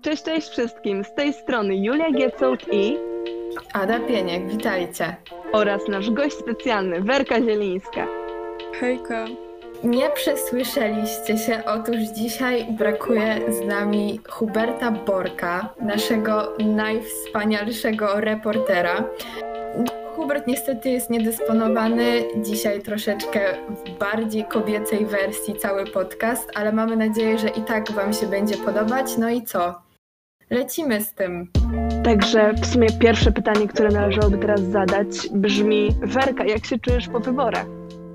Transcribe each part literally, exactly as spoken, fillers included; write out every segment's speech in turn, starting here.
Cześć, cześć wszystkim! Z tej strony Julia Giecołd i Ada Pieniek, witajcie. oraz nasz gość specjalny, Werka Zielińska. Hejka. Nie przesłyszeliście się, otóż dzisiaj brakuje z nami Huberta Borka, naszego najwspanialszego reportera. Hubert niestety jest niedysponowany, dzisiaj troszeczkę w bardziej kobiecej wersji cały podcast, ale mamy nadzieję, że i tak wam się będzie podobać. No i co? Lecimy z tym. Także w sumie pierwsze pytanie, które należałoby teraz zadać, brzmi: Werka, jak się czujesz po wyborach?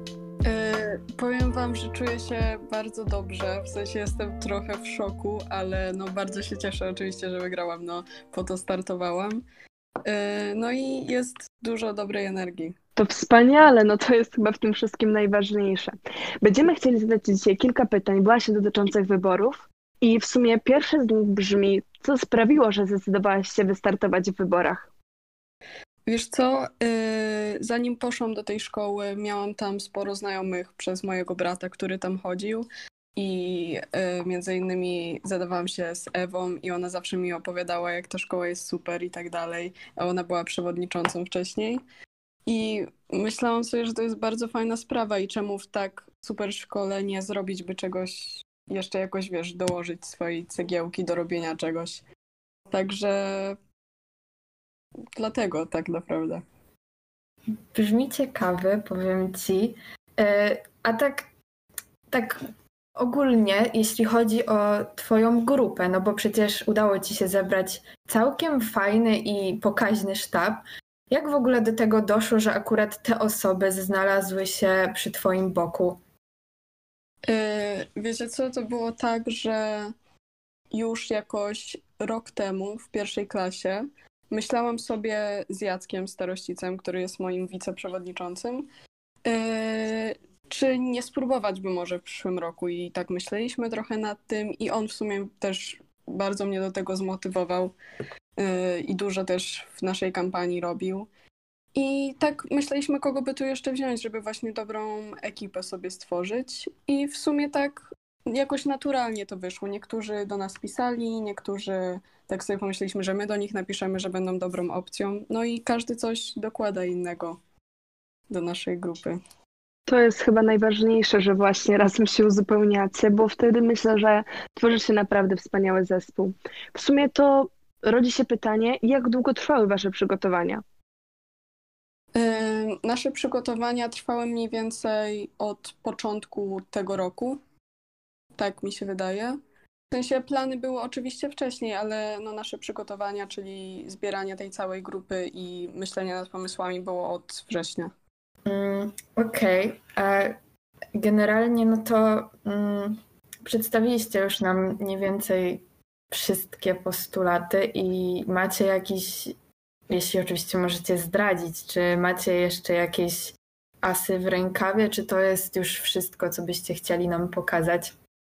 Yy, powiem wam, że czuję się bardzo dobrze, w sensie jestem trochę w szoku, ale no bardzo się cieszę oczywiście, że wygrałam, no po to startowałam. Yy, no i jest dużo dobrej energii. To wspaniale, no to jest chyba w tym wszystkim najważniejsze. Będziemy chcieli zadać ci dzisiaj kilka pytań właśnie dotyczących wyborów i w sumie pierwsze z nich brzmi: co sprawiło, że zdecydowałaś się wystartować w wyborach? Wiesz co, yy, zanim poszłam do tej szkoły, miałam tam sporo znajomych przez mojego brata, który tam chodził i yy, między innymi zadawałam się z Ewą i ona zawsze mi opowiadała, jak ta szkoła jest super i tak dalej, a ona była przewodniczącą wcześniej i myślałam sobie, że to jest bardzo fajna sprawa i czemu w tak super szkole nie zrobić by czegoś, jeszcze jakoś, wiesz, dołożyć swojej cegiełki do robienia czegoś. Także dlatego tak naprawdę. Brzmi ciekawy, powiem ci. A tak, tak ogólnie, jeśli chodzi o twoją grupę, no bo przecież udało ci się zebrać całkiem fajny i pokaźny sztab. Jak w ogóle do tego doszło, że akurat te osoby znalazły się przy twoim boku? Yy, wiecie co, to było tak, że już jakoś rok temu w pierwszej klasie myślałam sobie z Jackiem Starościcem, który jest moim wiceprzewodniczącym, yy, czy nie spróbować by może w przyszłym roku i tak myśleliśmy trochę nad tym i on w sumie też bardzo mnie do tego zmotywował yy, i dużo też w naszej kampanii robił. I tak myśleliśmy, kogo by tu jeszcze wziąć, żeby właśnie dobrą ekipę sobie stworzyć i w sumie tak jakoś naturalnie to wyszło. Niektórzy do nas pisali, niektórzy tak sobie pomyśleliśmy, że my do nich napiszemy, że będą dobrą opcją. No i każdy coś dokłada innego do naszej grupy. To jest chyba najważniejsze, że właśnie razem się uzupełniacie, bo wtedy myślę, że tworzy się naprawdę wspaniały zespół. W sumie to rodzi się pytanie, jak długo trwały wasze przygotowania? Yy, nasze przygotowania trwały mniej więcej od początku tego roku. Tak mi się wydaje. W sensie plany były oczywiście wcześniej, ale no nasze przygotowania, czyli zbieranie tej całej grupy i myślenie nad pomysłami było od września. Mm, Okej. Okay. Generalnie no to mm, przedstawiliście już nam mniej więcej wszystkie postulaty i macie jakiś, jeśli oczywiście możecie zdradzić, czy macie jeszcze jakieś asy w rękawie, czy to jest już wszystko, co byście chcieli nam pokazać?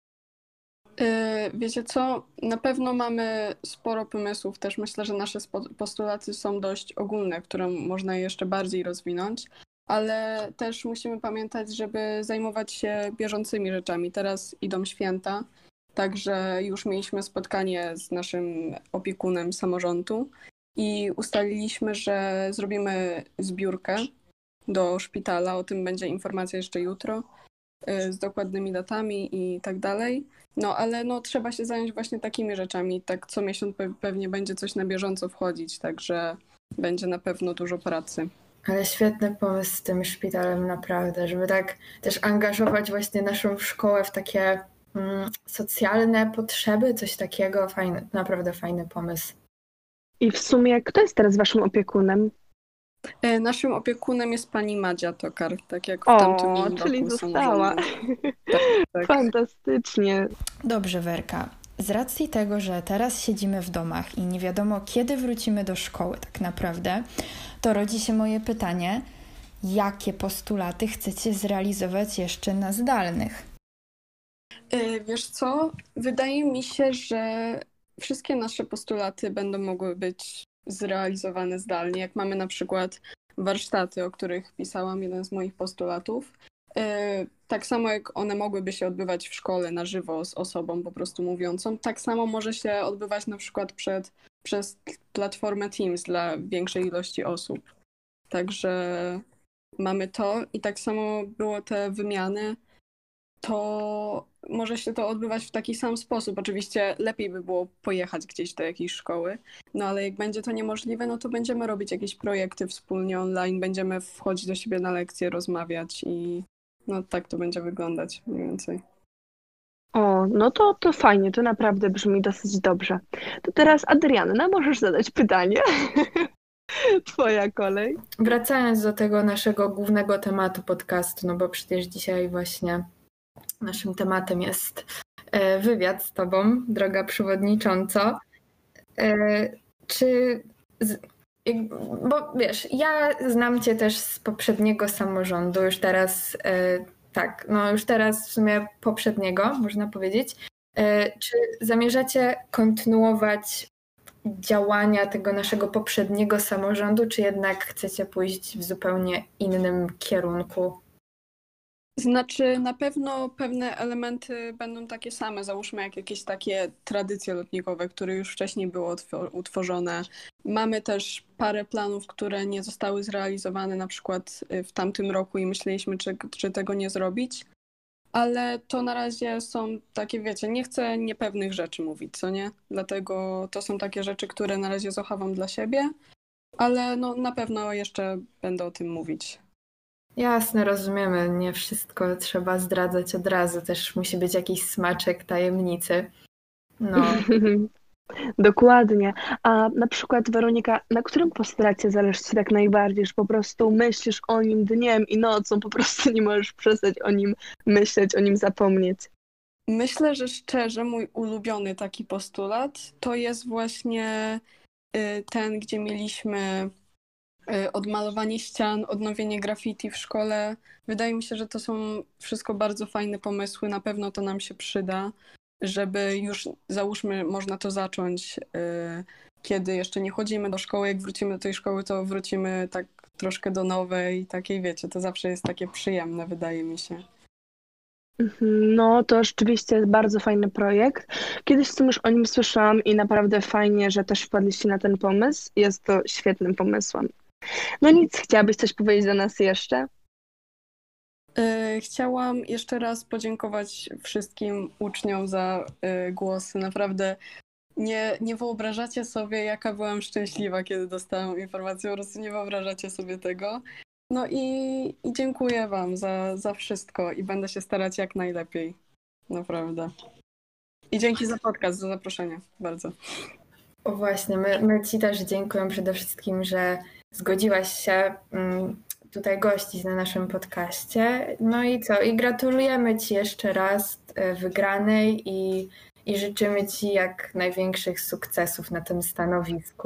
Wiecie co, na pewno mamy sporo pomysłów, też myślę, że nasze postulaty są dość ogólne, które można jeszcze bardziej rozwinąć, ale też musimy pamiętać, żeby zajmować się bieżącymi rzeczami. Teraz idą święta, także już mieliśmy spotkanie z naszym opiekunem samorządu i ustaliliśmy, że zrobimy zbiórkę do szpitala, o tym będzie informacja jeszcze jutro, z dokładnymi datami i tak dalej. No ale no trzeba się zająć właśnie takimi rzeczami. Tak co miesiąc pe- pewnie będzie coś na bieżąco wchodzić, także będzie na pewno dużo pracy. Ale świetny pomysł z tym szpitalem, naprawdę, żeby tak też angażować właśnie naszą szkołę w takie mm, socjalne potrzeby, coś takiego. Fajny, naprawdę fajny pomysł. I w sumie kto jest teraz waszym opiekunem? Naszym opiekunem jest pani Madzia Tokar, tak jak w O, tamtym czyli roku została. Tak, tak. Fantastycznie. Dobrze, Werka. Z racji tego, że teraz siedzimy w domach i nie wiadomo, kiedy wrócimy do szkoły tak naprawdę, to rodzi się moje pytanie, jakie postulaty chcecie zrealizować jeszcze na zdalnych? Wiesz co, wydaje mi się, że wszystkie nasze postulaty będą mogły być zrealizowane zdalnie. Jak mamy na przykład warsztaty, o których pisałam, jeden z moich postulatów, Tak samo jak one mogłyby się odbywać w szkole na żywo z osobą po prostu mówiącą, tak samo może się odbywać na przykład przed, przez platformę Teams dla większej ilości osób. Także mamy to i tak samo było te wymiany, to może się to odbywać w taki sam sposób. Oczywiście lepiej by było pojechać gdzieś do jakiejś szkoły, no ale jak będzie to niemożliwe, no to będziemy robić jakieś projekty wspólnie online, będziemy wchodzić do siebie na lekcje, rozmawiać i no tak to będzie wyglądać mniej więcej. O, no to, to fajnie, to naprawdę brzmi dosyć dobrze. To teraz Adrianna, możesz zadać pytanie. Twoja kolej. Wracając do tego naszego głównego tematu podcastu, no bo przecież dzisiaj właśnie naszym tematem jest wywiad z tobą, droga przewodnicząco. Czy, bo wiesz, ja znam cię też z poprzedniego samorządu, już teraz, tak, no już teraz w sumie poprzedniego, można powiedzieć. Czy zamierzacie kontynuować działania tego naszego poprzedniego samorządu, czy jednak chcecie pójść w zupełnie innym kierunku? Znaczy na pewno pewne elementy będą takie same, załóżmy jak jakieś takie tradycje lotnikowe, które już wcześniej były utworzone. Mamy też parę planów, które nie zostały zrealizowane na przykład w tamtym roku i myśleliśmy, czy, czy tego nie zrobić. Ale to na razie są takie, wiecie, nie chcę niepewnych rzeczy mówić, co nie? Dlatego to są takie rzeczy, które na razie zachowam dla siebie, ale no na pewno jeszcze będę o tym mówić. Jasne, rozumiemy. Nie wszystko trzeba zdradzać od razu. Też musi być jakiś smaczek tajemnicy. No. Dokładnie. A na przykład, Weronika, na którym postulacie zależy ci tak najbardziej, że po prostu myślisz o nim dniem i nocą, po prostu nie możesz przestać o nim myśleć, o nim zapomnieć? Myślę, że szczerze mój ulubiony taki postulat to jest właśnie ten, gdzie mieliśmy odmalowanie ścian, odnowienie graffiti w szkole. Wydaje mi się, że to są wszystko bardzo fajne pomysły. Na pewno to nam się przyda, żeby już, załóżmy, można to zacząć, kiedy jeszcze nie chodzimy do szkoły. Jak wrócimy do tej szkoły, to wrócimy tak troszkę do nowej, takiej, wiecie, to zawsze jest takie przyjemne, wydaje mi się. No, to rzeczywiście jest bardzo fajny projekt. Kiedyś w sumie już o nim słyszałam i naprawdę fajnie, że też wpadliście na ten pomysł. Jest to świetnym pomysłem. No nic, chciałabyś coś powiedzieć do nas jeszcze? Chciałam jeszcze raz podziękować wszystkim uczniom za głosy. Naprawdę nie, nie wyobrażacie sobie, jaka byłam szczęśliwa, kiedy dostałam informację. Po prostu nie wyobrażacie sobie tego. No i, i dziękuję wam za, za wszystko i będę się starać jak najlepiej. Naprawdę. I dzięki za podcast, za zaproszenie. Bardzo. O właśnie, my, my ci też dziękuję przede wszystkim, że zgodziłaś się tutaj gościć na naszym podcaście. No i co? I gratulujemy ci jeszcze raz wygranej i, i życzymy ci jak największych sukcesów na tym stanowisku.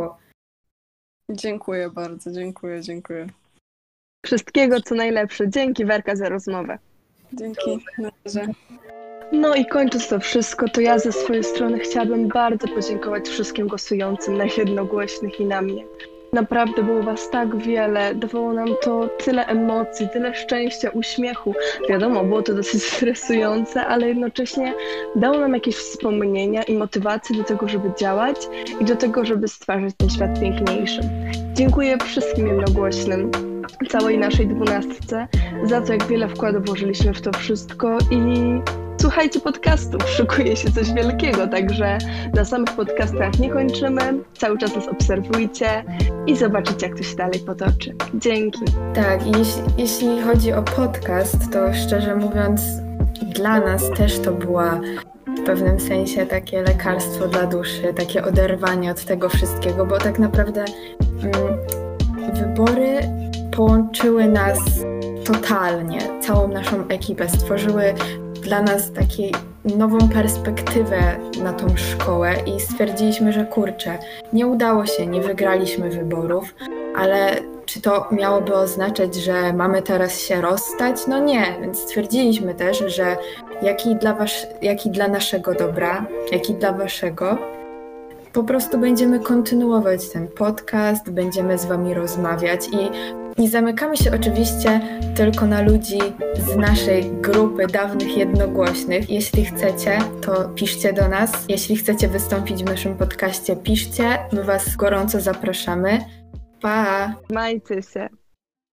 Dziękuję bardzo, dziękuję, dziękuję. Wszystkiego co najlepsze. Dzięki, Werka, za rozmowę. Dzięki. Na razie. No i kończąc to wszystko, to ja ze swojej strony chciałabym bardzo podziękować wszystkim głosującym na jednogłośnych i na mnie. Naprawdę było was tak wiele, dawało nam to tyle emocji, tyle szczęścia, uśmiechu. Wiadomo, było to dosyć stresujące, ale jednocześnie dało nam jakieś wspomnienia i motywację do tego, żeby działać i do tego, żeby stwarzać ten świat piękniejszym. Dziękuję wszystkim jednogłośnym, całej naszej dwunastce, za to, jak wiele wkładu włożyliśmy w to wszystko i słuchajcie podcastów, szykuje się coś wielkiego, także na samych podcastach nie kończymy, cały czas nas obserwujcie i zobaczycie, jak to się dalej potoczy. Dzięki. Tak, i jeśli, jeśli chodzi o podcast, to szczerze mówiąc dla nas też to była w pewnym sensie takie lekarstwo dla duszy, takie oderwanie od tego wszystkiego, bo tak naprawdę mm, wybory połączyły nas totalnie, całą naszą ekipę, stworzyły dla nas taką nową perspektywę na tą szkołę i stwierdziliśmy, że kurczę, nie udało się, nie wygraliśmy wyborów, ale czy to miałoby oznaczać, że mamy teraz się rozstać? No nie, więc stwierdziliśmy też, że jak i dla, was, jak i dla naszego dobra, jak i dla waszego, po prostu będziemy kontynuować ten podcast, będziemy z wami rozmawiać i Nie zamykamy się oczywiście tylko na ludzi z naszej grupy dawnych jednogłośnych. Jeśli chcecie, to piszcie do nas. Jeśli chcecie wystąpić w naszym podcaście, piszcie. My Was gorąco zapraszamy. Pa! Trzymajcie się.